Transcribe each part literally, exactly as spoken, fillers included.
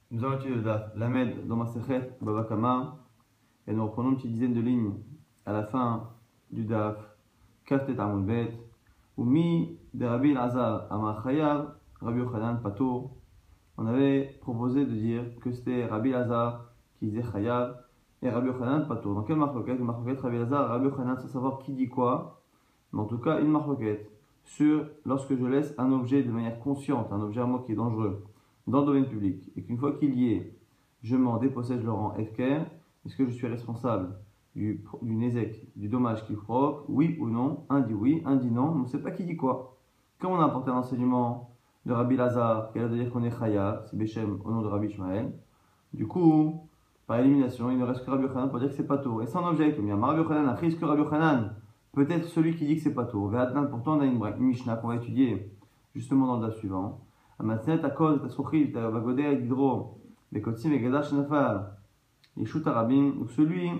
Nous allons étudier le Daf Lamed dans Masechet Baba Kama et nous reprenons une petite dizaine de lignes à la fin du Daf Kaftet Amud Bet ou Mi de Rabbi Elazar Amar Chayav Rabbi Yochanan Pato. On avait proposé de dire que c'était Rabbi Elazar qui disait Chayav et Rabbi Yochanan Pato. Dans quelle marloquette? Une marloquette Rabbi Elazar et Rabbi Yochanan sans savoir qui dit quoi, mais en tout cas une marloquette sur lorsque je laisse un objet de manière consciente, un objet à moi qui est dangereux dans le domaine public, et qu'une fois qu'il y est, je m'en dépossède, je le rends Efker, est-ce que je suis responsable du, du Nézek, du dommage qu'il provoque? Oui ou non? Un dit oui, un dit non, on ne sait pas qui dit quoi. Comme on a apporté un enseignement de Rabbi Elazar, qui a l'air de dire qu'on est Chaya, c'est Béchem au nom de Rabbi Ishmael, du coup, par élimination, il ne reste que Rabbi Yochanan pour dire que c'est pas tôt. Et sans objet, comme il y a Rabbi Yochanan, après, est-ce que Rabbi Yochanan peut être celui qui dit que c'est pas tôt? Ve'atnan, pourtant on a une, une Mishnah qu'on va étudier justement dans le daf suivant. Amatnet à cause de Sochit, Vagodé, Gidro, Bekotim et Gadash Nafal, les Shutarabim, donc celui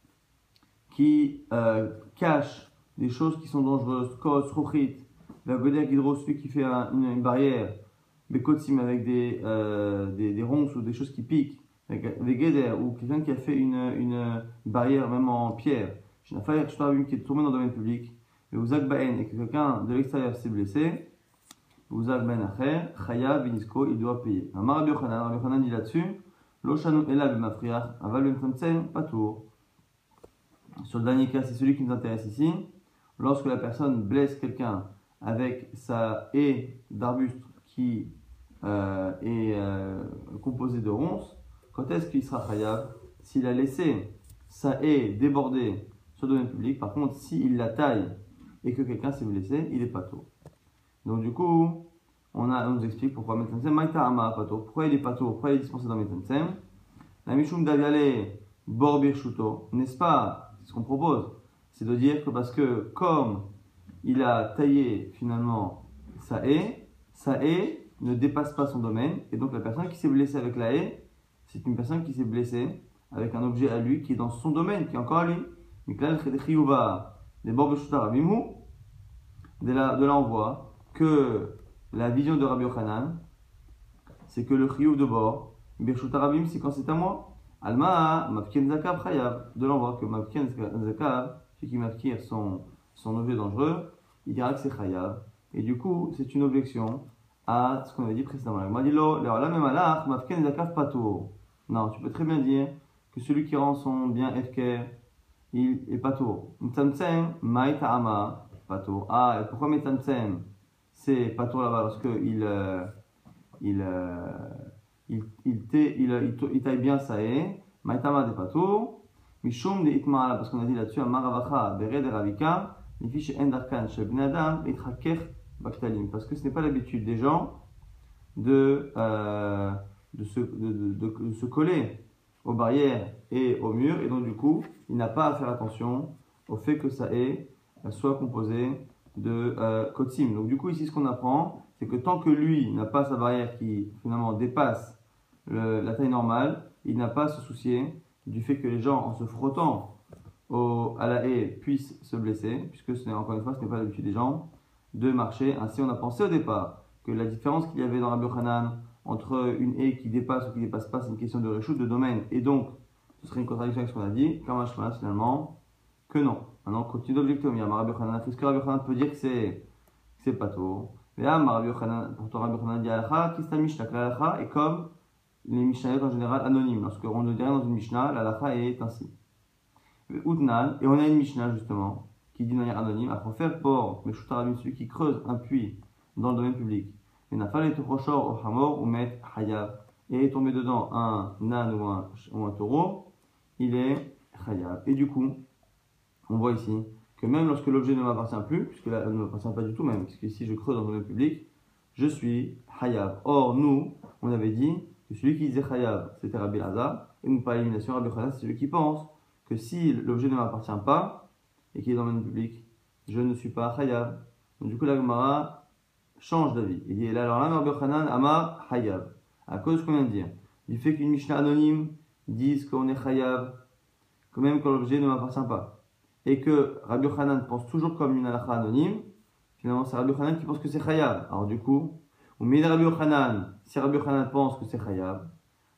qui euh, cache des choses qui sont dangereuses, Kos, Sochit, Vagodé, Gidro, celui qui fait un, une, une barrière, Bekotim avec des, euh, des, des ronces ou des choses qui piquent, Vegeder, ou quelqu'un qui a fait une, une barrière même en pierre, Shnafal, Shutarabim qui est tombé dans le domaine public, et Uzak Baen, et que quelqu'un de l'extérieur s'est blessé. Uzak ben acher, Chaya Binisko, il doit payer. Amar Rabbi Yochanan, Rabbi Yochanan dit là-dessus, Loshanu Ela b'mafriach, aval b'mtamtsem, patour. Sur le dernier cas, c'est celui qui nous intéresse ici. Lorsque la personne blesse quelqu'un avec sa haie d'arbuste qui euh, est euh, composée de ronces, quand est-ce qu'il sera chayav? S'il a laissé sa haie déborder sur le domaine public. Par contre, s'il la taille et que quelqu'un s'est blessé, il est patour. Donc du coup, on, a, on nous explique pourquoi Metzemtzem Maïta Ama Pato. Pourquoi il est Pato? Pourquoi il est dispensé dans Metzemtzem? La Mishum Daviale Bor Birshuto, n'est-ce pas? C'est ce qu'on propose. C'est de dire que parce que comme il a taillé finalement sa haie, sa haie ne dépasse pas son domaine. Et donc la personne qui s'est blessée avec la haie, c'est une personne qui s'est blessée avec un objet à lui qui est dans son domaine, qui est encore à lui. Miklal Chedechiyuva des Bor Birshuto Rabimu. De là, de là on voit que la vision de Rabbi Yochanan, c'est que le chiyuv de bord, Birshut Arabim, c'est quand c'est à moi. Alma, Mafkien Zakav Chayav. De là, on voit que Mafkien Zakav, celui qui mafkir son, son objet dangereux, il dira que c'est Chayav. Et du coup, c'est une objection à ce qu'on avait dit précédemment. Il m'a dit la même alach, Mafkien Zakav Pato. Non, tu peux très bien dire que celui qui rend son bien Efker, il est Pato. Mtamtsem, Maïta Ama, Pato. Ah, et pourquoi Mtamtsem? C'est pas tout là-bas parce qu'il euh, il, euh, il, il, il, il, il taille bien sa haie. Maïtama de pato. Mishum de itma'ala, parce qu'on a dit là-dessus, Amaravacha, Bered Ravika, les fiches Endarkan, Shebnadam, et Traker Baktalim. Parce que ce n'est pas l'habitude des gens de, euh, de, se, de, de, de, de se coller aux barrières et aux murs. Et donc, du coup, il n'a pas à faire attention au fait que sa haie soit composée de euh, Kotzim. Donc du coup ici ce qu'on apprend, c'est que tant que lui n'a pas sa barrière qui finalement dépasse le, la taille normale, il n'a pas à se soucier du fait que les gens en se frottant au, à la haie puissent se blesser, puisque ce n'est encore une fois ce n'est pas l'habitude des gens de marcher. Ainsi on a pensé au départ que la différence qu'il y avait dans Rabbi Yochanan entre une haie qui dépasse ou qui ne dépasse pas, c'est une question de reshoot, de domaine, et donc ce serait une contradiction avec ce qu'on a dit, comme finalement que non. Maintenant, on continue d'objecter. Il y a Rabbi Yochanan. Est-ce que Rabbi Yochanan peut dire que c'est, c'est pas tôt? Et là, Rabbi Yochanan, pourtant Rabbi Yochanan dit Alacha, Kista Mishnah, que l'Alacha est comme les Mishnayot en général anonymes. Lorsqu'on ne dit rien dans une Mishnah, l'Alacha est ainsi. Outnan, et on a une Mishnah justement, qui dit de manière anonyme, à faire pour le Shutarabim, celui qui creuse un puits dans le domaine public. Et n'a pas les Tochoshor au Hamor ou Met Hayav, et est tombé dedans un nan ou un, ou un taureau, il est Hayav. Et du coup, on voit ici que même lorsque l'objet ne m'appartient plus, puisque là, elle ne m'appartient pas du tout même, puisque ici je creuse dans le domaine public, je suis Hayav. Or, nous, on avait dit que celui qui disait Hayav, c'était Rabbi Elazar, et nous, par élimination, Rabbi Yochanan, c'est celui qui pense que si l'objet ne m'appartient pas, et qu'il est dans le domaine public, je ne suis pas Hayav. Donc, du coup, la Gemara change d'avis. Il dit, alors là, Rabbi Yochanan, Amar Hayav. À cause de ce qu'on vient de dire, du fait qu'une Mishnah anonyme dise qu'on est Hayav, quand même quand l'objet ne m'appartient pas, et que Rabbi Yochanan pense toujours comme une halakha anonyme, finalement c'est Rabbi Yochanan qui pense que c'est Chayav. Alors du coup, ou mais Rabbi Yochanan, si Rabbi Yochanan pense que c'est Chayav,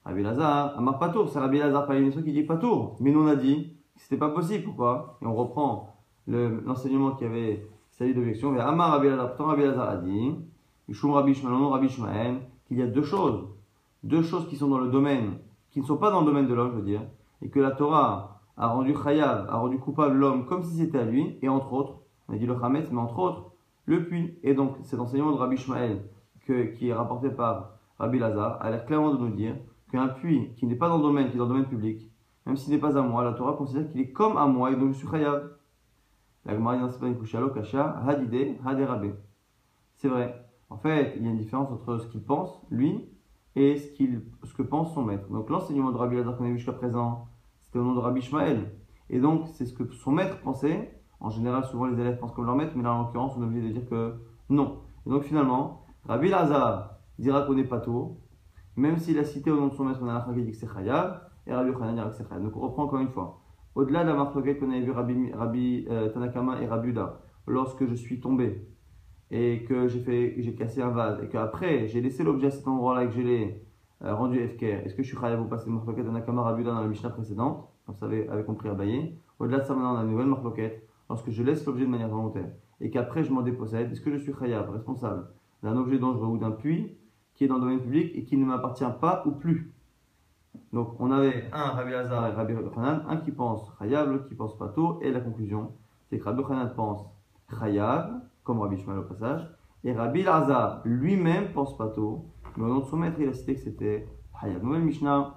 Rabbi Lazar, Amar Patour, c'est Rabbi Lazar par qui dit Patour. Mais nous on a dit que c'était pas possible, pourquoi? Et on reprend le, l'enseignement qui avait servi d'objection. Mais Amar Rabbi Lazar, pourtant Rabbi Lazar a dit, Yishum Rabbi Ishmael, non Rabbi Ishmael, qu'il y a deux choses, deux choses qui sont dans le domaine, qui ne sont pas dans le domaine de l'homme, je veux dire, et que la Torah a rendu chayav, a rendu coupable l'homme comme si c'était à lui, et entre autres, on a dit le Hametz, mais entre autres, le puits. Et donc, cet enseignement de Rabbi Ishmael, que, qui est rapporté par Rabbi Lazar, a l'air clairement de nous dire qu'un puits qui n'est pas dans le domaine, qui est dans le domaine public, même s'il n'est pas à moi, la Torah considère qu'il est comme à moi, et donc je suis chayav. La Gemara dit dans Sefer Kushalo, Kasha, Hadide, Haderabe. C'est vrai. En fait, il y a une différence entre ce qu'il pense, lui, et ce, qu'il, ce que pense son maître. Donc l'enseignement de Rabbi Lazar qu'on a vu jusqu'à présent, c'était au nom de Rabbi Ishmael. Et donc, c'est ce que son maître pensait. En général, souvent les élèves pensent comme leur maître, mais là, en l'occurrence, on est obligé de dire que non. Et donc finalement, Rabbi Lazar dira qu'on n'est pas tôt, même s'il a cité au nom de son maître, on a la qui dit que c'est chayav, et Rabbi Yochanan dira que c'est chayav. Donc on reprend encore une fois. Au-delà de la marque qu'on avait vu Rabbi, Rabbi euh, Tanakama et Rabbi Uda, lorsque je suis tombé, et que j'ai fait, j'ai cassé un vase, et qu'après j'ai laissé l'objet à cet endroit-là et que je l'ai euh, rendu F K R, est-ce que je suis chayav ou pas? C'est le marque de Nakama Rabbi Uda dans la Mishnah précédente, comme ça avait, avait compris Abaye. Au-delà de ça, maintenant on a une nouvelle marque, lorsque je laisse l'objet de manière volontaire, et qu'après je m'en dépossède, est-ce que je suis chayav, responsable d'un objet dangereux ou d'un puits qui est dans le domaine public et qui ne m'appartient pas ou plus? Donc on avait un Rabbi Lazar et Rabbi Yochanan, un qui pense chayav, l'autre qui pense pato, et la conclusion c'est que Rabbi Yochanan pense chayav, comme Rabbi Ishmael au passage, et Rabbi Lazar lui-même pense pato, mais au nom de son maître il a cité que c'était chayav. Nouvelle Mishnah,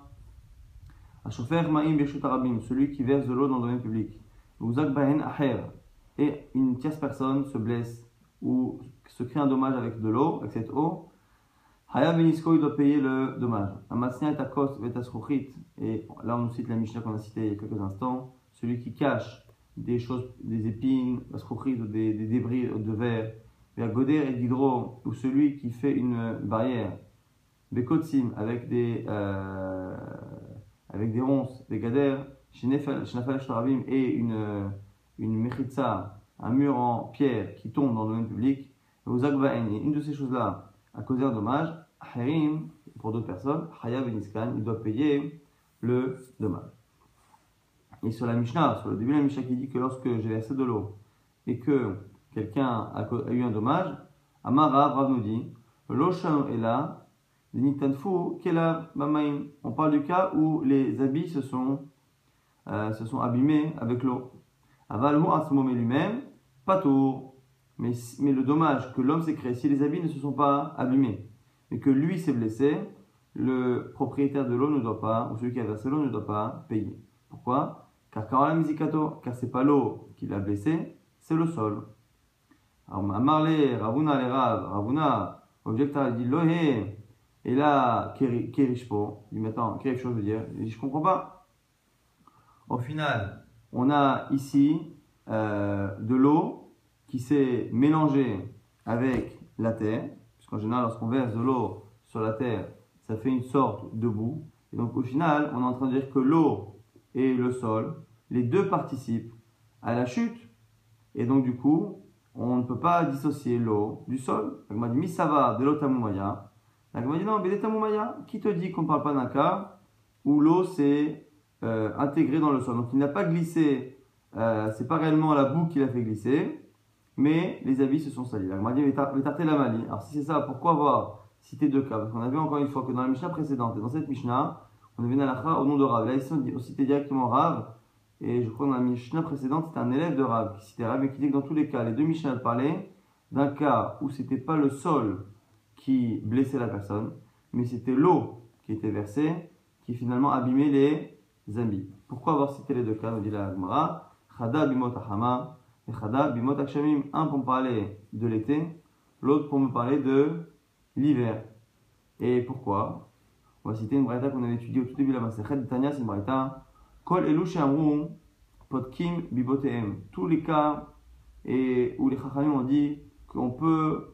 Ashofer Ma'im Beshut Arabim, celui qui verse de l'eau dans le domaine public, Uzak Bahen Aher, et une tierce personne se blesse ou se crée un dommage avec de l'eau, avec cette eau, Hayav Benisko, il doit payer le dommage. Amasnia et Akos Vetasrochit, et là on nous cite la Mishnah qu'on a citée il y a quelques instants, celui qui cache des choses, des épines, ou des, des débris de verre, vers Goder et d'hydro, ou celui qui fait une barrière, Bekotsim, avec des, euh, avec des ronces, des gaders, Shinafal Shtarabim, et une, une mechitza, un mur en pierre qui tombe dans le domaine public, et une de ces choses-là a causé un dommage, Harim, pour d'autres personnes, Hayav et Niskan, il doit payer le dommage. Et sur la Mishnah, sur le début de la Mishnah qui dit que lorsque j'ai versé de l'eau et que quelqu'un a, a eu un dommage, Amara, Rav nous dit, L'Oshano est là, Nitanfu, Kela, Mamaim. On parle du cas où les habits se sont, euh, se sont abîmés avec l'eau. Avalhu Asmomé lui-même, pas tour. Mais, mais le dommage que l'homme s'est créé, si les habits ne se sont pas abîmés, mais que lui s'est blessé, le propriétaire de l'eau ne doit pas, ou celui qui a versé l'eau ne doit pas payer. Pourquoi? Car quand la misikato, car c'est pas l'eau qui l'a blessé, c'est le sol. Alors, Amarle, Ravuna, les Rav, Ravuna, objecta, il dit Lohé, et là, Kerishpo, il dit maintenant, quelque chose veut dire, il dit je comprends pas. Au final, on a ici euh, de l'eau qui s'est mélangée avec la terre, puisqu'en général, lorsqu'on verse de l'eau sur la terre, ça fait une sorte de boue. Et donc, au final, on est en train de dire que l'eau et le sol, les deux participent à la chute. Et donc, du coup, on ne peut pas dissocier l'eau du sol. Donc, on m'a dit, Misava de l'eau tamumaya. Donc, on m'a dit, non, mais tamumaya, qui te dit qu'on ne parle pas d'un cas où l'eau s'est euh, intégrée dans le sol? Donc, il n'a pas glissé, euh, c'est pas réellement la boue qui l'a fait glisser, mais les habits se sont salis. Donc, on m'a dit, mais tarté la mali. Alors, si c'est ça, pourquoi avoir cité deux cas? Parce qu'on a vu encore une fois que dans la Mishnah précédente et dans cette Mishnah, on avait une halakha au nom de Rav. Là, ici, on citait directement Rav. Et je crois que dans la Mishnah précédente, c'était un élève de Rav qui citait Rav et qui dit que dans tous les cas, les deux Mishnah parlaient d'un cas où c'était pas le sol qui blessait la personne, mais c'était l'eau qui était versée qui finalement abîmait les habits. Pourquoi avoir cité les deux cas? Nous dit la Gemara. Chada bimot achama et chada bimot akshamim. Un pour me parler de l'été, l'autre pour me parler de l'hiver. Et pourquoi? On va citer une braïta qu'on avait étudiée au tout début de la Masechet de Tanya, c'est une braïta. Kol elu she'amru potkim bibotehem. Tous les cas et où les chachamim ont dit qu'on peut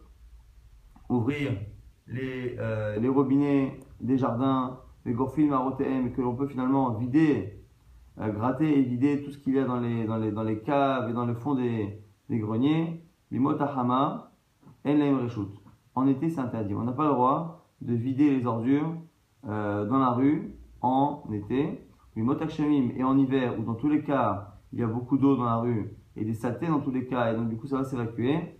ouvrir les, euh, les robinets des jardins, les gorfim marotehem, et que l'on peut finalement vider, euh, gratter et vider tout ce qu'il y a dans les, dans les, dans les caves et dans le fond des, des greniers. Bimot ahama en laim reshut. En été, c'est interdit. On n'a pas le droit de vider les ordures euh, dans la rue en été, et en hiver, où dans tous les cas, il y a beaucoup d'eau dans la rue et des saletés dans tous les cas, et donc du coup ça va s'évacuer,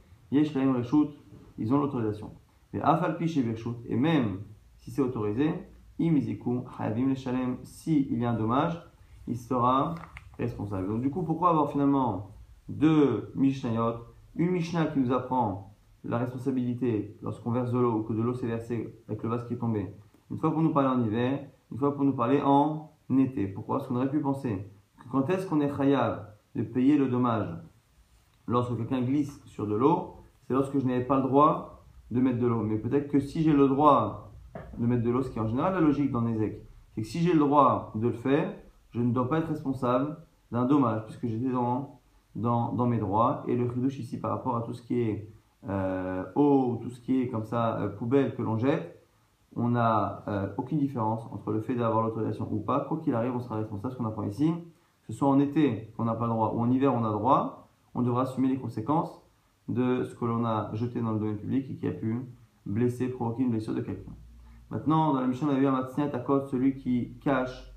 ils ont l'autorisation. Et Afalpi chez Birchut, et même si c'est autorisé, Imiziku, Hayavim le Shalem, s'il y a un dommage, il sera responsable. Donc du coup, pourquoi avoir finalement deux Mishnayot, une Mishnah qui nous apprend la responsabilité lorsqu'on verse de l'eau ou que de l'eau s'est versée avec le vase qui est tombé, une fois pour nous parler en hiver, une fois pour nous parler en été. Pourquoi? Parce qu'on aurait pu penser que quand est-ce qu'on est chayav de payer le dommage lorsque quelqu'un glisse sur de l'eau, c'est lorsque je n'avais pas le droit de mettre de l'eau. Mais peut-être que si j'ai le droit de mettre de l'eau, ce qui est en général la logique dans Nézek, c'est que si j'ai le droit de le faire, je ne dois pas être responsable d'un dommage, puisque j'étais dans, dans, dans mes droits. Et le chidouche ici par rapport à tout ce qui est euh, eau, ou tout ce qui est comme ça, euh, poubelle que l'on jette, on n'a euh, aucune différence entre le fait d'avoir l'autorisation ou pas. Quoi qu'il arrive, on sera responsable. Ce qu'on apprend ici, que ce soit en été qu'on n'a pas le droit ou en hiver on a le droit, on devra assumer les conséquences de ce que l'on a jeté dans le domaine public et qui a pu blesser, provoquer une blessure de quelqu'un. Maintenant, dans la Mishnah, on a vu un matzniat à cause celui qui cache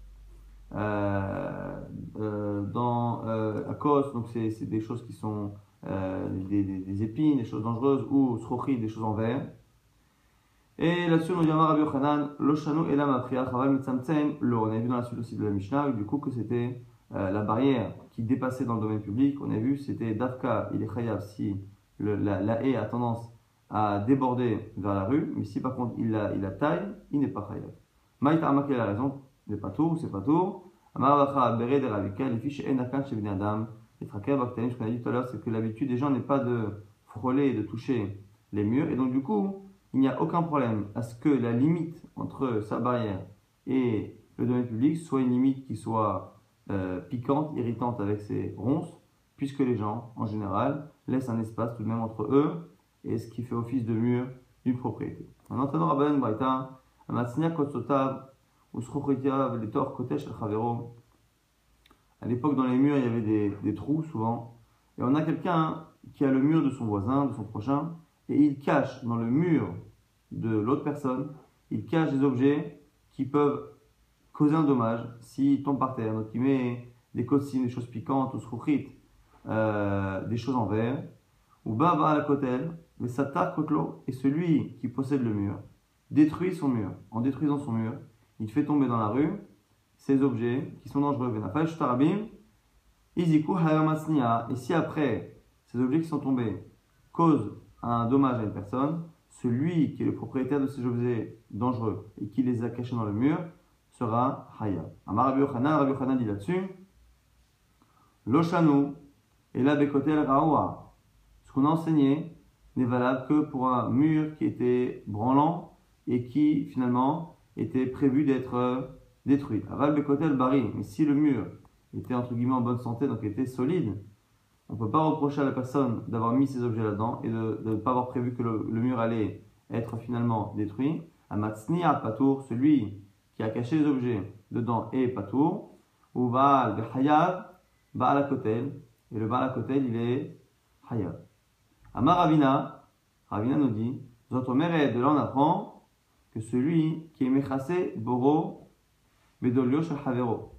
euh, euh, dans euh, à cause, donc c'est, c'est des choses qui sont euh, des, des, des épines, des choses dangereuses, ou srochi, des choses en verre. Et là-dessus, on dit Rabbi Yochanan, Loshanu elam apriya chaval mitzamtzem lo. On a vu dans la suite aussi de la Mishnah, du coup, que c'était euh, la barrière qui dépassait dans le domaine public. On a vu, c'était Dafka, il est chayav si le, la, la haie a tendance à déborder vers la rue, mais si par contre il la, il la taille, il n'est pas chayav. Maïta Amak, il a raison, il n'est pas tour, c'est pas tour. Amarabacha bere de ravika, les fiches enakan chez ben adam, les traqueurs baktanim, ce qu'on a dit tout à l'heure, c'est que l'habitude des gens n'est pas de frôler et de toucher les murs, et donc du coup, il n'y a aucun problème à ce que la limite entre sa barrière et le domaine public soit une limite qui soit euh, piquante, irritante avec ses ronces, puisque les gens, en général, laissent un espace tout de même entre eux et ce qui fait office de mur d'une propriété. En entendant Rabban Braïta, Amatsnia Kotsotav, ou Srochotia, Veletor Kotesh El Chavero, à l'époque, dans les murs, il y avait des, des trous souvent, et on a quelqu'un qui a le mur de son voisin, de son prochain, et il cache dans le mur de l'autre personne, il cache des objets qui peuvent causer un dommage s'ils tombent par terre. Donc il met des cossines, des choses piquantes, ou srouchit, euh, des choses en verre, ou baba à la kotel, mais satar kotlo, et celui qui possède le mur détruit son mur. En détruisant son mur, il fait tomber dans la rue ces objets qui sont dangereux. Et si après ces objets qui sont tombés causent un dommage à une personne, celui qui est le propriétaire de ces objets dangereux et qui les a cachés dans le mur sera Haya. Amar Rabbi Yochanan, Rabbi Yochanan dit là-dessus, Loshanu et la Bekotel Raoua. Ce qu'on a enseigné n'est valable que pour un mur qui était branlant et qui finalement était prévu d'être détruit. Aval Bekotel Bari, mais si le mur était entre guillemets en bonne santé, donc était solide, on ne peut pas reprocher à la personne d'avoir mis ces objets là-dedans et de ne pas avoir prévu que le, le mur allait être finalement détruit. Amatsniya Patour, celui qui a caché les objets dedans est Patour. Ou Baal Bechayav, Baal Akotel. Et le Baal Akotel, il est Hayav. Amar Ravina, Ravina nous dit, Zotomeret, de là on apprend que celui qui est Mechase Boro Bedolio Shel Havero,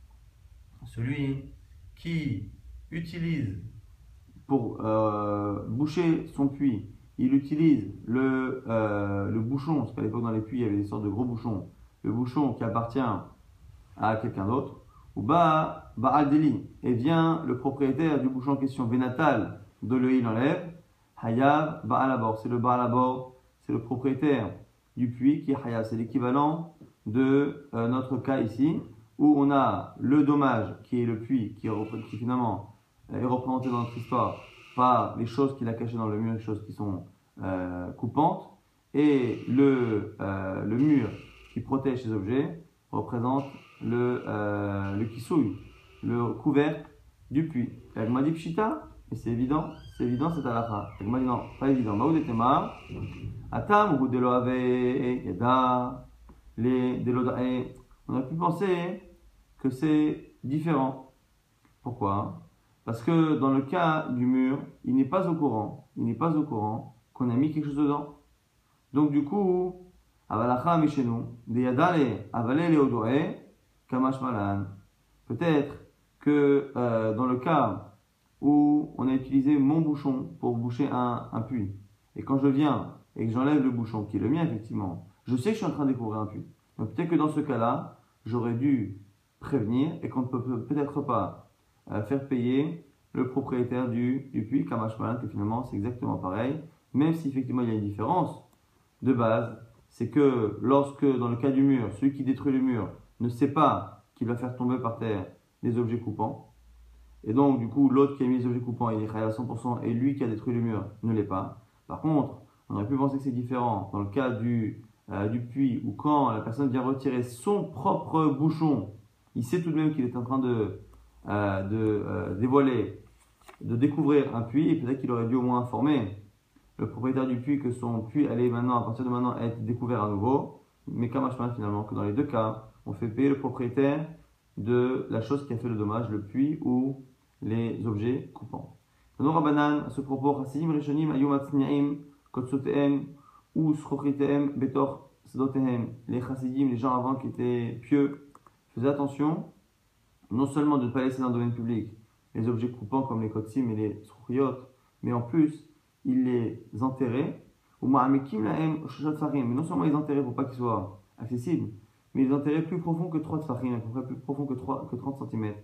celui qui utilise pour euh, boucher son puits, il utilise le, euh, le bouchon, parce qu'à l'époque dans les puits il y avait des sortes de gros bouchons, le bouchon qui appartient à quelqu'un d'autre, ou ba Baal Deli, et vient le propriétaire du bouchon en question, Vénatal, de l'œil il enlève, Hayav Baal Abor, c'est le Baal Abor, c'est le propriétaire du puits qui est Hayav, c'est l'équivalent de euh, notre cas ici, où on a le dommage qui est le puits, qui, est, qui finalement est représenté dans notre histoire par les choses qu'il a cachées dans le mur, les choses qui sont euh, coupantes, et le, euh, le mur qui protège ces objets représente le, euh, le kisouille, le couvercle du puits. Et m'a dit pshita, et c'est évident, c'est évident, c'est halakha. Elle m'a dit non, pas évident. Maoudetema, atam ou deloave yada, les delodae. On a pu penser que c'est différent. Pourquoi? Parce que dans le cas du mur, il n'est pas au courant, il n'est pas au courant qu'on a mis quelque chose dedans. Donc du coup, Avalacha mishenu, de yadale, avale leodoe, kamash malan. Peut-être que euh, dans le cas où on a utilisé mon bouchon pour boucher un, un puits, et quand je viens et que j'enlève le bouchon, qui est le mien effectivement, je sais que je suis en train de découvrir un puits. Donc peut-être que dans ce cas-là, j'aurais dû prévenir et qu'on ne peut peut-être pas euh, faire payer le propriétaire du, du puits, kamash malan, que finalement c'est exactement pareil, même si effectivement il y a une différence de base, c'est que lorsque dans le cas du mur, celui qui détruit le mur ne sait pas qu'il va faire tomber par terre des objets coupants, et donc du coup l'autre qui a mis les objets coupants il est chayav à cent pour cent et lui qui a détruit le mur ne l'est pas. Par contre, on aurait pu penser que c'est différent dans le cas du, euh, du puits où quand la personne vient retirer son propre bouchon, il sait tout de même qu'il est en train de, euh, de euh, dévoiler, de découvrir un puits, et peut-être qu'il aurait dû au moins informer le propriétaire du puits que son puits allait maintenant, à partir de maintenant, être découvert à nouveau. Mais kamash malan finalement, que dans les deux cas, on fait payer le propriétaire de la chose qui a fait le dommage, le puits ou les objets coupants. Dans nos Rabbanan, à ce propos, Chassidim Rishonim ayu matzni'im kotsotehem ou schrochitehem betor sedotehem. Les Chassidim, les gens avant qui étaient pieux, faisaient attention non seulement de ne pas laisser dans le domaine public les objets coupants comme les kotsim et les schrochiyot, mais en plus, ils les enterraient, ou ma'amekim lahem shoshat farim. Mais non seulement ils les enterraient pour pas qu'ils soient accessibles, mais ils les enterraient plus profond que trois tfarim, à peu près plus profond que, que trente centimètres.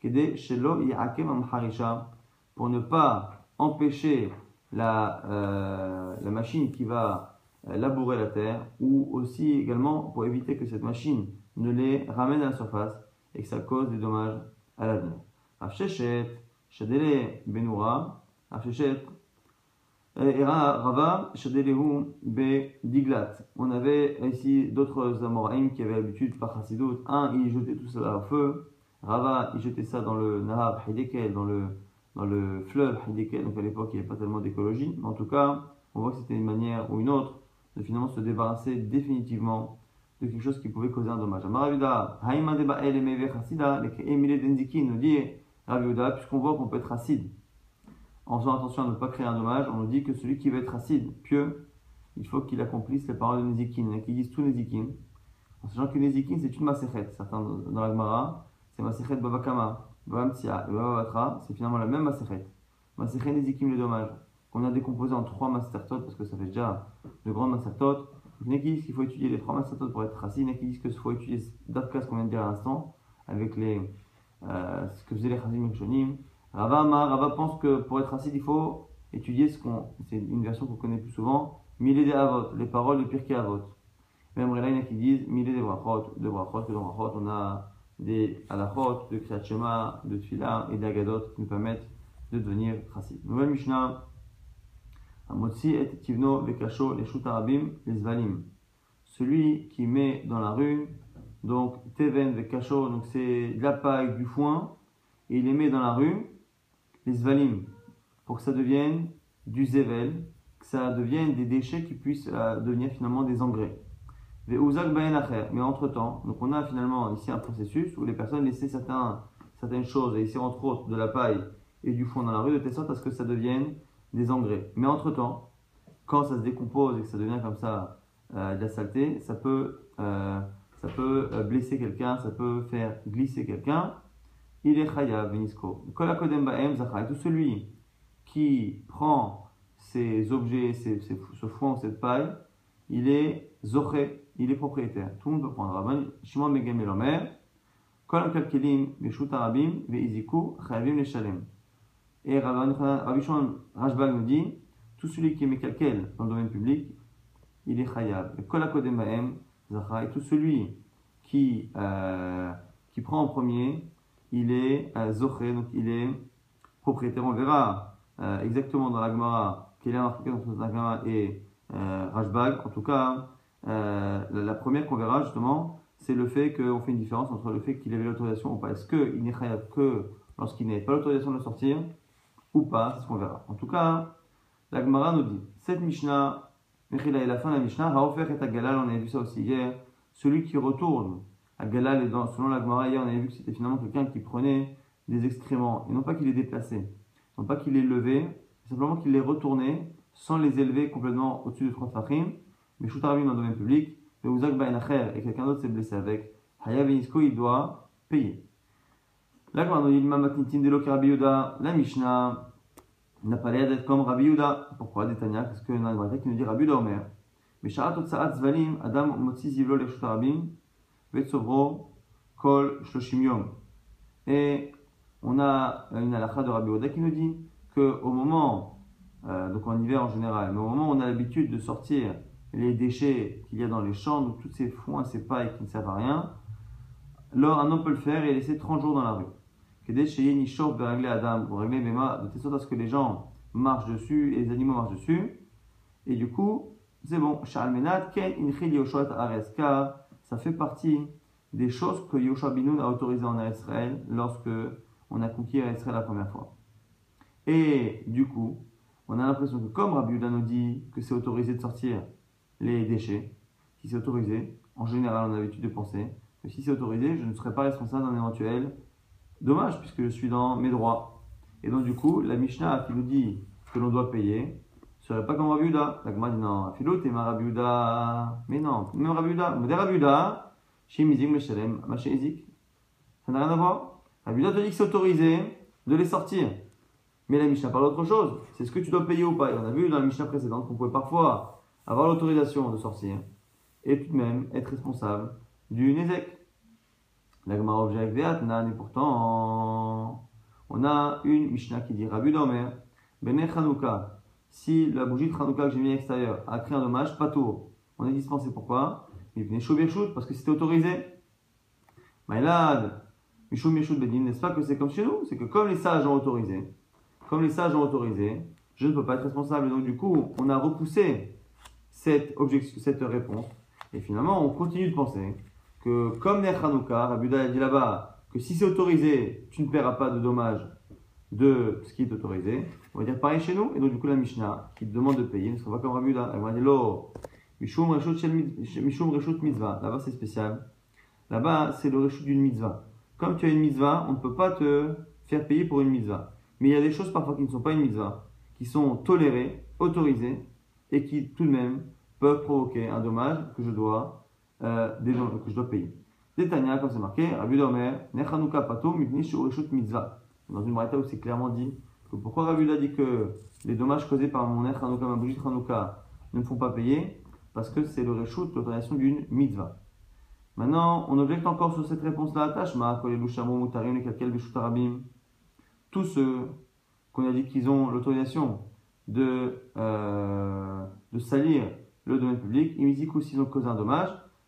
Pour ne pas empêcher la, euh, la machine qui va euh, labourer la terre, ou aussi également pour éviter que cette machine ne les ramène à la surface et que ça cause des dommages à l'avenir. Afshechet, Shadele Benoura, Afshechet, Era Rava, Shadelehu Be Diglat. On avait ici d'autres Amoraïm qui avaient l'habitude par Chassidut. Un, ils jetaient tout cela au feu. Rava, il jetait ça dans le Nahar Hidekel, dans le, dans le fleuve Hidekel. Donc à l'époque, il n'y avait pas tellement d'écologie. Mais en tout cas, on voit que c'était une manière ou une autre de finalement se débarrasser définitivement de quelque chose qui pouvait causer un dommage. Amaravida, Haïma Deba El Emeve Chassida, les Emile Denzikin nous dit, Raviuda, puisqu'on voit qu'on peut être acide. En faisant attention à ne pas créer un dommage, on nous dit que celui qui veut être acide, pieux, il faut qu'il accomplisse les paroles de Nezikin. Il y en a qui disent tout Nezikin. En sachant que Nezikin, c'est une Masechet. Certains dans la Gemara, c'est Masechet Baba Kama, Baba Mtsia et Baba Batra, c'est finalement la même Masechet. Masechet Nezikim, les dommages, qu'on a décomposé en trois Masertot, parce que ça fait déjà de grandes Masertot. Il y en a qui disent qu'il faut étudier les trois Masertot pour être acide, il y en a qui disent qu'il faut étudier Dafka, ce qu'on vient de dire à l'instant, avec les, euh, ce que faisaient les Chassidim Rishonim. Rava Amar, Rava pense que pour être acide, il faut étudier ce qu'on, c'est une version qu'on connaît plus souvent, Milé des Avot, les paroles de Pirkei Avot. Même Réla, il y en a qui disent Milé des Brachot, de Brachot, que dans Brachot, on a des halachot, de Kriyat Shema, de Tfila et d'Agadot qui nous permettent de devenir chassid. Nouvelle Mishnah, Amotzi et Tivno Vekasho, les Shutarabim, les Zvalim. Celui qui met dans la rue, donc Teven Vekasho, donc c'est de la paille, du foin, et il les met dans la rue, les Zvalim, pour que ça devienne du Zevel, que ça devienne des déchets qui puissent euh, devenir finalement des engrais. Mais entre-temps, donc on a finalement ici un processus où les personnes laissaient certains, certaines choses, et ici entre autres de la paille et du foin dans la rue, de telle sorte à ce que ça devienne des engrais. Mais entre-temps, quand ça se décompose et que ça devient comme ça euh, de la saleté, ça peut, euh, ça peut euh, blesser quelqu'un, ça peut faire glisser quelqu'un. Il est chayav venisko. Tout celui qui prend ces objets, ces, ces, ce foin, cette paille, il est zoché, il est propriétaire. Tout le monde peut prendre. Rabban Shimon ben Gamliel Omer, kol hakalkelim veshut harabim veiziku chayavim leshalem. Et Rabbi Shimon Rashbag nous dit, tout celui qui met calquel dans le domaine public, il est chayav. Et kol hakodem bahem zacha. Et tout celui qui euh, qui prend en premier, il est euh, zoché, donc il est propriétaire. On verra euh, exactement dans la Gemara quelle est la marque entre la Gemara et euh, Rashbag. En tout cas, euh, la, la première qu'on verra justement, c'est le fait qu'on fait une différence entre le fait qu'il avait l'autorisation ou pas. Est-ce qu'il n'est chayav que lorsqu'il n'avait pas l'autorisation de sortir ou pas? C'est ce qu'on verra. En tout cas, la Gemara nous dit cette Mishnah, Mechila et la fin de la Mishnah, Haofer et Agalal, on avait vu ça aussi hier, celui qui retourne. Agalal, et dans, selon la Gemara, hier on avait vu que c'était finalement quelqu'un qui prenait des excréments, et non pas qu'il les déplaçait, non pas qu'il les levait, simplement qu'il les retournait sans les élever complètement au-dessus de trois tfachim, mais Shutarabim dans le domaine public, et quelqu'un d'autre s'est blessé avec, Hayav Enisko, il doit payer. Là, quand on dit Mamatnitin de Rabbi Yehuda, la Mishnah n'a pas l'air d'être comme Rabbi Yehuda. Pourquoi Détania? Parce que dans le qui nous dit Rabbi Yehuda Omer. Mais Sharat Otsaat Zvalim, Adam Motzi Zivlo Lechut Arabim, Vetsovro Kol Shloshim Yom. Et on a une halakha de Rabbi Yehuda qui nous dit qu'au moment, euh, donc en hiver en général, mais au moment où on a l'habitude de sortir les déchets qu'il y a dans les champs, donc tous ces foins, ces pailles qui ne servent à rien, alors un homme peut le faire et laisser trente jours dans la rue. De telle sorte à ce que les gens marchent dessus et les animaux marchent dessus. Et du coup, c'est bon. Car ça fait partie des choses que Yoshua Binoun a autorisées en Israël lorsque on a conquis Israël la première fois. Et du coup, on a l'impression que comme Rabbi Yehuda nous dit que c'est autorisé de sortir les déchets, si c'est autorisé, en général on a l'habitude de penser que si c'est autorisé, je ne serai pas responsable d'un éventuel dommage puisque je suis dans mes droits. Et donc du coup, la Mishnah qui nous dit que l'on doit payer ne serait pas comme Rabbi Yehuda. La Gemara dit non, Philo, t'es ma Rabbi Yehuda. Mais non, même Rabbi Yehuda. Mais des Rabbi Yehuda, chez Mizim, Meshalem, Maché Ezik. Ça n'a rien à voir. Rabbi Yehuda te dit que c'est autorisé de les sortir. Mais la Mishnah parle d'autre chose. C'est ce que tu dois payer ou pas. Et on a vu dans la Mishnah précédente qu'on pouvait parfois avoir l'autorisation de sortir et tout de même être responsable du Nézek. La Gemara objecte Ve'atnan, et pourtant, on a une Mishnah qui dit Rabbi Yehuda Omer, Bene Chanouka, si la bougie de Chanouka que j'ai mis à l'extérieur a créé un dommage, pas tour. On est dispensé, pourquoi? Il venait chaud birchout, parce que c'était autorisé. Maïlad, Mishum Yeshut Bedin, n'est-ce pas que c'est comme chez nous? C'est que comme les sages ont autorisé, comme les sages ont autorisé, je ne peux pas être responsable. Donc du coup, on a repoussé cette, objection, cette réponse, et finalement, on continue de penser que comme Ner Hanouka, Rabbi Yehuda a dit là-bas que si c'est autorisé, tu ne paieras pas de dommages de ce qui est autorisé. On va dire pareil chez nous. Et donc du coup la Mishnah qui te demande de payer ne sera pas comme Rabbi Yehuda. Elle va dire lo mishum reshut mitzvah. Là-bas c'est spécial. Là-bas c'est le reshut d'une mitzvah. Comme tu as une mitzvah, on ne peut pas te faire payer pour une mitzvah. Mais il y a des choses parfois qui ne sont pas une mitzvah, qui sont tolérées, autorisées et qui tout de même peuvent provoquer un dommage que je dois Euh, des gens que je dois payer. Détania, comme c'est marqué, Rabbi Yehuda Omer, Nechanuka pato mipni shureshut mitzvah. Dans une braïta où c'est clairement dit que pourquoi Rabbi Yehuda dit que les dommages causés par mon Nechanuka, ma bougie de Chanouka, ne me font pas payer, parce que c'est le reshut, l'autorisation d'une mitzvah. Maintenant, on objecte encore sur cette réponse-là, Tashma, Kolelu Shamou Mutarim, Lekalkel Beshut Arabim. Tous ceux qu'on a dit qu'ils ont l'autorisation de, euh, de salir le domaine public, ils disent qu'aussi ils ont causé un dommage.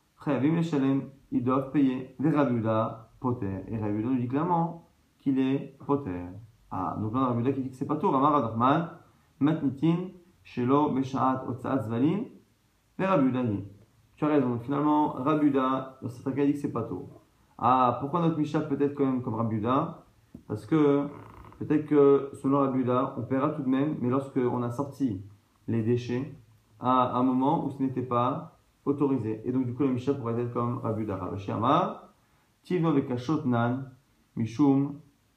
Ils doivent payer les Rabbi Yehuda poter. Et Rabbi Yehuda nous dit clairement qu'il est poter. Ah, donc là, Rabbi Yehuda qui dit que c'est pas tout. Ramar Adachman, Matnitin, Shelo, Meshaat, Otsaat, Zvalim, et Rabbi Yehuda dit. Tu as raison. Donc finalement, Rabbi Yehuda, dans certains cas, dit que c'est pas tout. Ah, pourquoi notre Mishnah peut être quand même comme Rabbi Yehuda? Parce que peut-être que selon Rabbi Yehuda, on paiera tout de même, mais lorsque on a sorti les déchets à un moment où ce n'était pas autorisé. Et donc du coup la Mishnah pourrait être comme Rabbi Yehuda. Rashi Amar, Tivno vekashot nan, Mishum,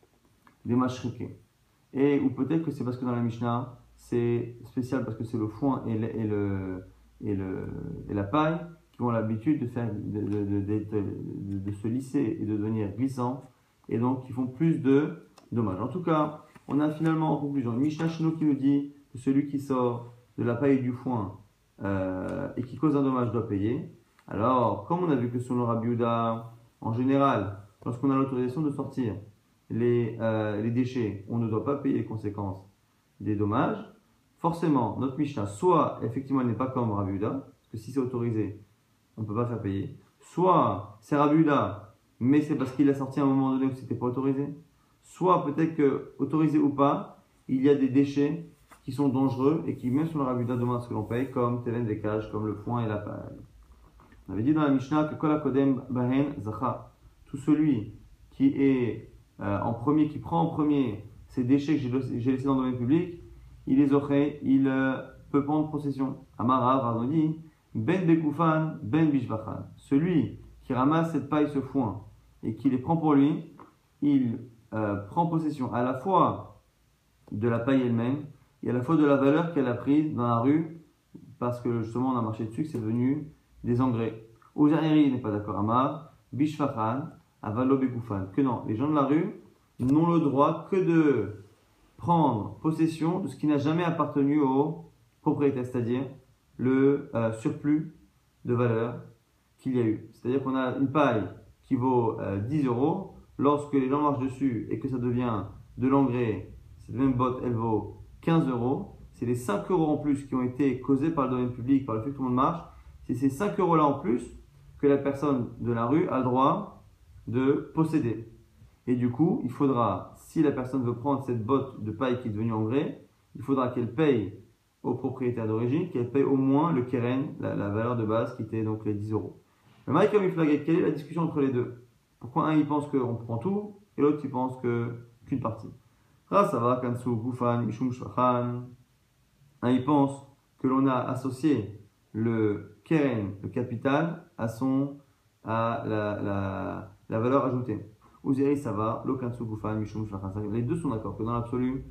Demashrike. Et ou peut-être que c'est parce que dans la Mishnah, c'est spécial parce que c'est le foin et, le, et, le, et, le, et la paille qui ont l'habitude de, faire, de, de, de, de, de, de se lisser et de devenir glissants, et donc qui font plus de dommages. En tout cas, on a finalement en conclusion une Mishnah Shino qui nous dit que celui qui sort de la paille et du foin Euh, et qui cause un dommage doit payer. Alors, comme on a vu que selon Rabbi Yehuda, en général, lorsqu'on a l'autorisation de sortir les, euh, les déchets, on ne doit pas payer les conséquences des dommages. Forcément, notre Mishnah, soit effectivement elle n'est pas comme Rabbi Yehuda, parce que si c'est autorisé, on ne peut pas faire payer. Soit c'est Rabbi Yehuda, mais c'est parce qu'il a sorti à un moment donné où c'était pas autorisé. Soit peut-être que, autorisé ou pas, il y a des déchets qui sont dangereux et qui, même sur le Rabbi Yehuda, demandent ce que l'on paye, comme Telen des cages, comme le foin et la paille. On avait dit dans la Mishnah que Kol HaKodem Bahen Zacha, tout celui qui est euh, en premier, qui prend en premier ces déchets que j'ai, j'ai laissés dans le domaine public, il les aurait, il euh, peut prendre possession. Amara Rav nous dit Ben Bekoufan, Ben Bishbachan. Celui qui ramasse cette paille, ce foin, et qui les prend pour lui, il euh, prend possession à la fois de la paille elle-même, et à la fois de la valeur qu'elle a prise dans la rue, parce que justement on a marché dessus, que c'est devenu des engrais. Uja'iri n'est pas d'accord. Amar, Bishfachan, Avalo Begoufan. Que non, les gens de la rue n'ont le droit que de prendre possession de ce qui n'a jamais appartenu au propriétaire, c'est-à-dire le euh, surplus de valeur qu'il y a eu. C'est-à-dire qu'on a une paille qui vaut euh, dix euros, lorsque les gens marchent dessus et que ça devient de l'engrais, cette même botte, elle vaut quinze euros. C'est les cinq euros en plus qui ont été causés par le domaine public, par le fait que tout le monde marche. C'est ces cinq euros là en plus que la personne de la rue a le droit de posséder. Et du coup, il faudra, si la personne veut prendre cette botte de paille qui est devenue engrais, il faudra qu'elle paye au propriétaire d'origine, qu'elle paye au moins le keren, la, la valeur de base qui était donc les dix euros. Le Maïka Miflaget, quelle est la discussion entre les deux? Pourquoi un il pense qu'on prend tout et l'autre il pense que, qu'une partie? Ra, ça va, Kansu, Gufan, Mishum, Shvachan. Un il pense que l'on a associé le keren, le capital, à, son, à la, la, la valeur ajoutée. Uzeri, ça va, lo Kansu, Gufan, Mishum, Shvachan. Les deux sont d'accord que dans l'absolu,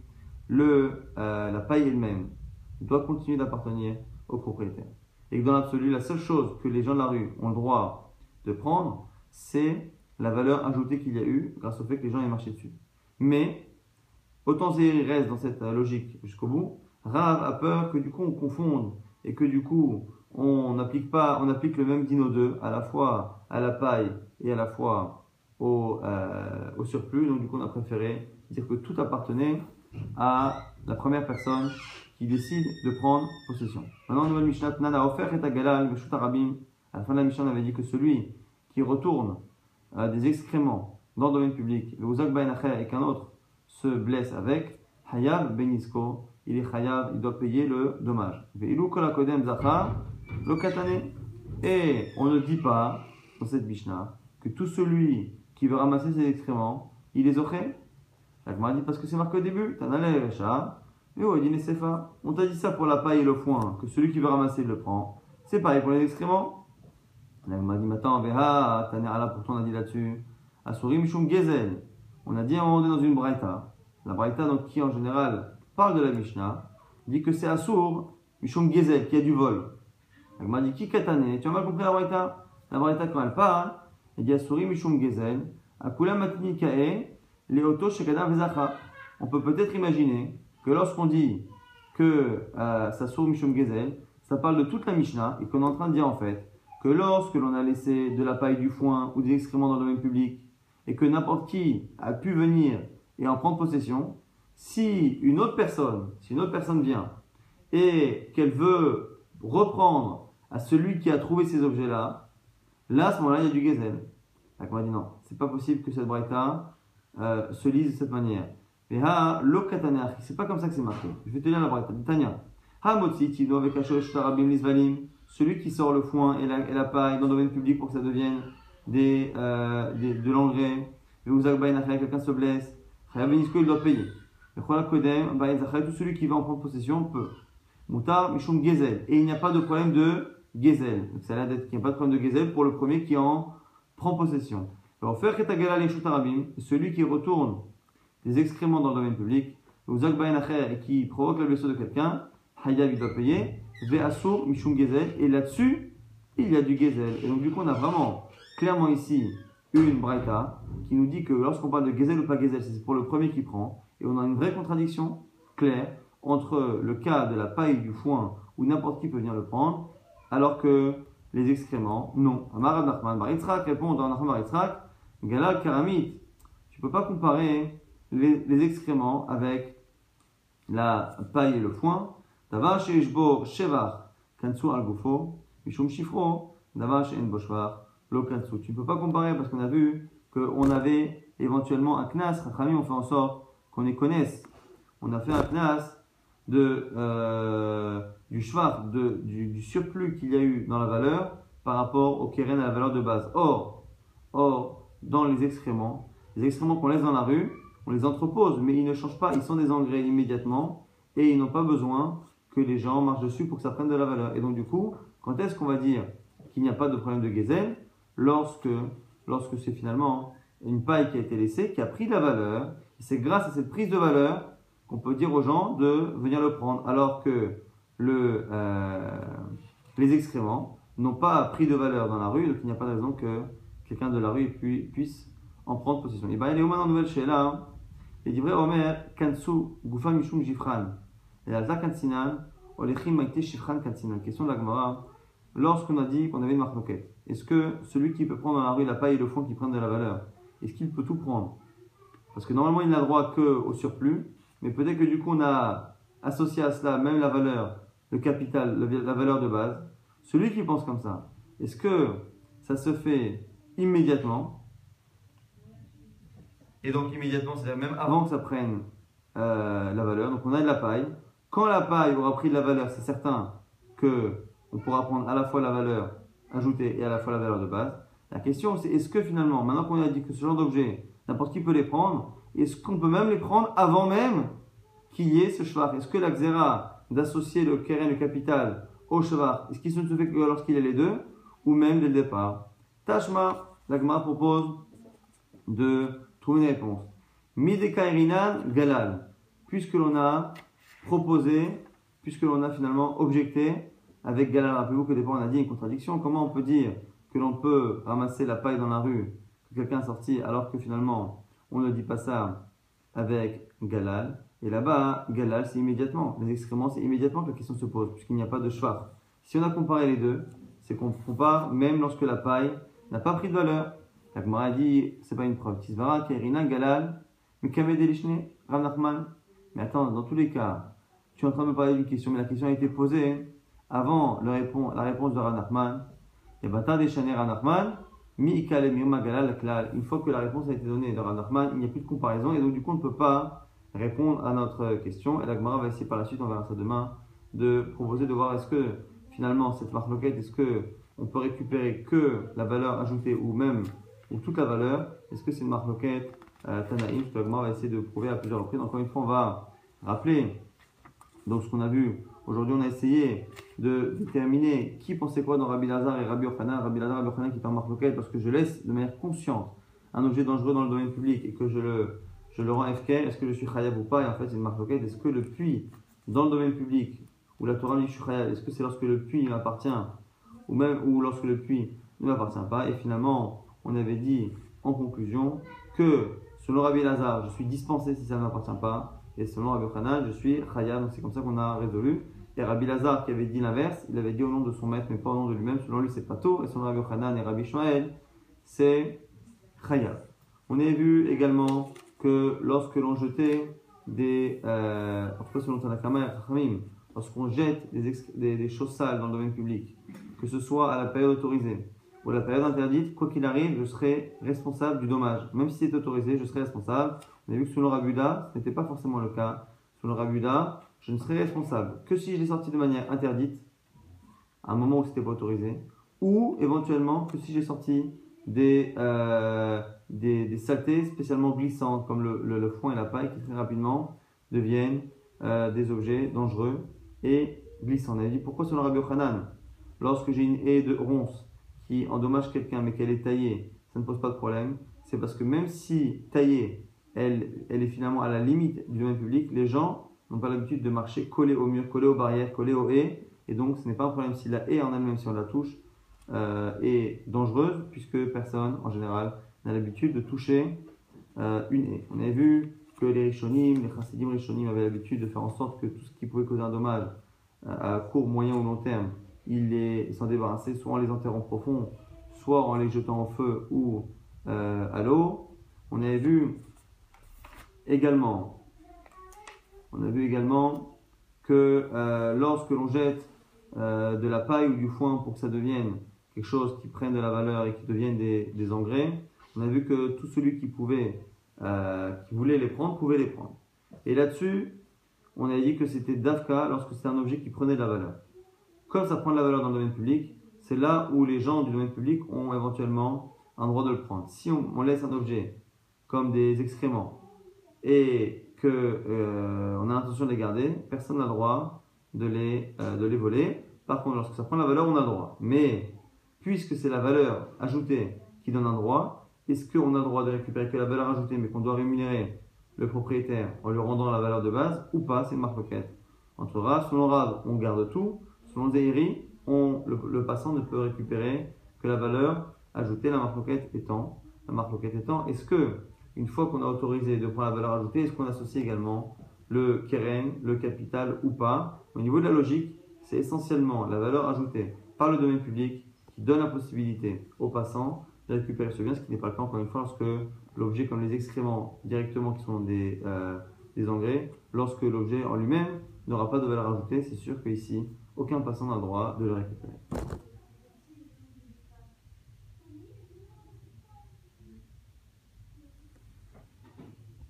le, euh, la paille elle-même doit continuer d'appartenir au propriétaire. Et que dans l'absolu, la seule chose que les gens de la rue ont le droit de prendre, c'est la valeur ajoutée qu'il y a eu grâce au fait que les gens aient marché dessus. Mais, autant Zéhiri reste dans cette logique jusqu'au bout, Rav a peur que du coup on confonde et que du coup on n'applique pas, on applique le même din aux deux, à la fois à la paille et à la fois au, euh, au surplus. Donc du coup on a préféré dire que tout appartenait à la première personne qui décide de prendre possession. Maintenant, nouvelle Mishnah, Nana offert et Agalal, Meshut Arabim. À la fin de la Mishnah, on avait dit que celui qui retourne euh, des excréments dans le domaine public, le Uzak Bain Acher, et qu'un autre se blesse avec, Hayab Benisko, il est Hayab, il doit payer le dommage. Ve'ilu Kol HaKodem Zachar, le Katane. Et on ne dit pas, dans cette Mishnah, que tout celui qui veut ramasser ses excréments, il les aurait. La Gemara dit parce que c'est marqué au début, Tanale Recha. On t'a dit ça pour la paille et le foin, que celui qui veut ramasser le prend. C'est pareil pour les excréments. On m'a dit, maintenant, pourtant on a dit là-dessus. Asuri Mishum Gezel. On a dit à un moment donné dans une braïta. La braïta, donc, qui en général parle de la Mishnah, dit que c'est Asur Mishum Gezel, qui a du vol. On m'a dit, qui katane? Tu as mal compris la braïta? La braïta, quand elle parle, elle dit Asuri Mishum Gezel. Akula Matni Kae, Leoto Shekadam Vezacha. On peut peut-être imaginer que lorsqu'on dit que euh, ça sourd Mishum Gezel, ça parle de toute la Mishnah et qu'on est en train de dire en fait que lorsque l'on a laissé de la paille, du foin ou des excréments dans le domaine public et que n'importe qui a pu venir et en prendre possession, si une autre personne, si une autre personne vient et qu'elle veut reprendre à celui qui a trouvé ces objets-là, là à ce moment-là il y a du Gezel. Donc on a dit non, c'est pas possible que cette braïta euh, se lise de cette manière. C'est pas comme ça que c'est marqué. Je vais te lire la braïta. Tanya. Celui qui sort le foin et la, et la paille dans le domaine public pour que ça devienne des, euh, des, de l'engrais. Quelqu'un se blesse. Il doit payer. Tout celui qui va en prendre possession peut. Mutar Mishum Gezel. Et il n'y a pas de problème de Gezel. Donc ça a l'air d'être qu'il n'y a pas de problème de Gezel pour le premier qui en prend possession. Alors, faire celui qui retourne des excréments dans le domaine public, et qui provoque la blessure de quelqu'un, Hayab il doit payer, Ve'asur Mishum Gezel, et là-dessus, il y a du Gezel. Et donc du coup, on a vraiment, clairement ici, une braïta qui nous dit que lorsqu'on parle de Gezel ou pas Gezel, c'est pour le premier qui prend, et on a une vraie contradiction claire entre le cas de la paille, du foin, où n'importe qui peut venir le prendre, alors que les excréments, non. Amar Nachman Bar Yitzhak répond dans Nachman Bar Yitzhak, Galal Karamit, tu ne peux pas comparer Les, les excréments avec la paille et le foin. Davar sheishbo shevach kansu al gufo mishum shifro davar she'en bo shvach lo kansu. Tu ne peux pas comparer parce qu'on a vu qu'on avait éventuellement un knas. Rachamim on fait en sorte qu'on les connaisse. On a fait un knas de euh, du shvach, de du, du surplus qu'il y a eu dans la valeur par rapport au keren à la valeur de base. Or, or dans les excréments, les excréments qu'on laisse dans la rue, on les entrepose, mais ils ne changent pas, ils sont des engrais immédiatement et ils n'ont pas besoin que les gens marchent dessus pour que ça prenne de la valeur. Et donc du coup, quand est-ce qu'on va dire qu'il n'y a pas de problème de Gezel? Lorsque, lorsque c'est finalement une paille qui a été laissée, qui a pris de la valeur, et c'est grâce à cette prise de valeur qu'on peut dire aux gens de venir le prendre, alors que le, euh, les excréments n'ont pas pris de valeur dans la rue, donc il n'y a pas de raison que quelqu'un de la rue puisse en prendre possession. Et bien, il est au moins dans nouvelle chez là. Et dit vrai, Omer, Kansu, Goufa Mishum Jifran. Et Alta Kansinan, Olechim Maïté Shifran Kansinan. Question de la Gemara. Lorsqu'on a dit qu'on avait une marloquette, est-ce que celui qui peut prendre dans la rue la paille et le foin qui prennent de la valeur, est-ce qu'il peut tout prendre? Parce que normalement, il n'a droit qu'au surplus, mais peut-être que du coup, on a associé à cela même la valeur, le capital, la valeur de base. Celui qui pense comme ça, est-ce que ça se fait immédiatement? Et donc immédiatement, c'est-à-dire même avant que ça prenne euh, la valeur. Donc on a de la paille. Quand la paille aura pris de la valeur, c'est certain qu'on pourra prendre à la fois la valeur ajoutée et à la fois la valeur de base. La question c'est, est-ce que finalement, maintenant qu'on a dit que ce genre d'objet, n'importe qui peut les prendre, est-ce qu'on peut même les prendre avant même qu'il y ait ce shvar? Est-ce que la xéra d'associer le keren, le capital, au shvar, est-ce qu'il ne se fait que lorsqu'il y a les deux, ou même dès le départ? Tashma, la Gemara propose de trouver une réponse. Mideka Irinan Galal, puisque l'on a proposé, puisque l'on a finalement objecté avec Galal. Rappelez-vous que départ on a dit une contradiction. Comment on peut dire que l'on peut ramasser la paille dans la rue, que quelqu'un est sorti, alors que finalement on ne dit pas ça avec Galal? Et là-bas, Galal c'est immédiatement. Les excréments c'est immédiatement que la question se pose, puisqu'il n'y a pas de shvar. Si on a comparé les deux, c'est qu'on compare même lorsque la paille n'a pas pris de valeur. La Gemara a dit, c'est pas une preuve. Tisvara, Kerina, Galal, mais Kamedelishne, Rav Nachman. Mais attends, dans tous les cas, tu es en train de me parler d'une question, mais la question a été posée avant le répon- la réponse de Rav Nachman. Et bata deshane Rav Nachman, mi ikale miuma Galal klal. Une fois que la réponse a été donnée de Rav Nachman, il n'y a plus de comparaison et donc du coup on ne peut pas répondre à notre question. Et la Gemara va essayer par la suite, on verra ça demain, de proposer de voir est-ce que finalement cette marloquette, est-ce que on peut récupérer que la valeur ajoutée ou même ou toute la valeur? Est-ce que c'est une marloquette euh, Tanaïm? Que la Gemara va essayer de prouver à plusieurs reprises. Encore une fois, on va rappeler donc ce qu'on a vu. Aujourd'hui, on a essayé de déterminer qui pensait quoi dans Rabbi Lazar et Rabbi Yochanan. Rabbi Lazar et Rabbi Yochanan qui est en marloquette parce que je laisse de manière consciente un objet dangereux dans le domaine public et que je le, je le rends F K. Est-ce que je suis chayav ou pas? Et en fait, c'est une marloquette. Est-ce que le puits dans le domaine public où la Torah dit je suis chayav, est-ce que c'est lorsque le puits m'appartient ou même ou lorsque le puits ne m'appartient pas? Et finalement, on avait dit en conclusion que selon Rabbi Lazar, je suis dispensé si ça ne m'appartient pas, et selon Rabbi Yochanan, je suis chayav. Donc c'est comme ça qu'on a résolu. Et Rabbi Lazar qui avait dit l'inverse, il avait dit au nom de son maître, mais pas au nom de lui-même. Selon lui, c'est pas tôt. Et selon Rabbi Yochanan et Rabbi Shmuel, c'est chayav. On a vu également que lorsque l'on jetait des, euh, en tout cas selon Tanakama et Chachamim, lorsqu'on jette des, des, des choses sales dans le domaine public, que ce soit à la période autorisée ou à la période interdite, quoi qu'il arrive, je serai responsable du dommage. Même si c'est autorisé, je serai responsable. On a vu que selon Rabbi Yehuda, ce n'était pas forcément le cas. Selon Rabbi Yehuda, je ne serai responsable que si je l'ai sorti de manière interdite, à un moment où ce n'était pas autorisé, ou éventuellement que si j'ai sorti des, euh, des, des saletés spécialement glissantes, comme le, le, le foin et la paille, qui très rapidement deviennent euh, des objets dangereux et glissants. On avait dit pourquoi selon Rabbi Yochanan, lorsque j'ai une haie de ronces qui endommage quelqu'un mais qu'elle est taillée, ça ne pose pas de problème. C'est parce que même si taillée, elle, elle est finalement à la limite du domaine public, les gens n'ont pas l'habitude de marcher collés au mur, collés aux barrières, collés aux haies, et donc ce n'est pas un problème si la haie en elle-même, si on la touche, euh, est dangereuse, puisque personne en général n'a l'habitude de toucher euh, une haie. On a vu que les Rishonim, les Chassidim Rishonim avaient l'habitude de faire en sorte que tout ce qui pouvait causer un dommage euh, à court, moyen ou long terme, ils les, s'en débarrassaient, soit en les enterrant profond, soit en les jetant au feu ou euh, à l'eau. On avait vu également, on a vu également que euh, lorsque l'on jette euh, de la paille ou du foin pour que ça devienne quelque chose qui prenne de la valeur et qui devienne des, des engrais, on a vu que tout celui qui pouvait, euh, qui voulait les prendre, pouvait les prendre. Et là-dessus, on a dit que c'était Dafka lorsque c'était un objet qui prenait de la valeur. Comme ça prend de la valeur dans le domaine public, c'est là où les gens du domaine public ont éventuellement un droit de le prendre. Si on, on laisse un objet comme des excréments et qu'on euh, a l'intention de les garder, personne n'a le droit de les, euh, de les voler. Par contre, lorsque ça prend la valeur, on a le droit. Mais puisque c'est la valeur ajoutée qui donne un droit, est-ce qu'on a le droit de récupérer que la valeur ajoutée, mais qu'on doit rémunérer le propriétaire en lui rendant la valeur de base ou pas? C'est une marloquette. Entre Rav, selon Rav, on garde tout. Selon Zeiri, on, le, le passant ne peut récupérer que la valeur ajoutée, la marloquette étant, la marloquette étant, est-ce que, une fois qu'on a autorisé de prendre la valeur ajoutée, est-ce qu'on associe également le keren, le capital ou pas? Au niveau de la logique, c'est essentiellement la valeur ajoutée par le domaine public qui donne la possibilité aux passants de récupérer ce bien, ce qui n'est pas le cas encore une fois lorsque l'objet comme les excréments directement qui sont des, euh, des engrais, lorsque l'objet en lui-même n'aura pas de valeur ajoutée, c'est sûr qu'ici, aucun passant n'a le droit de le récupérer.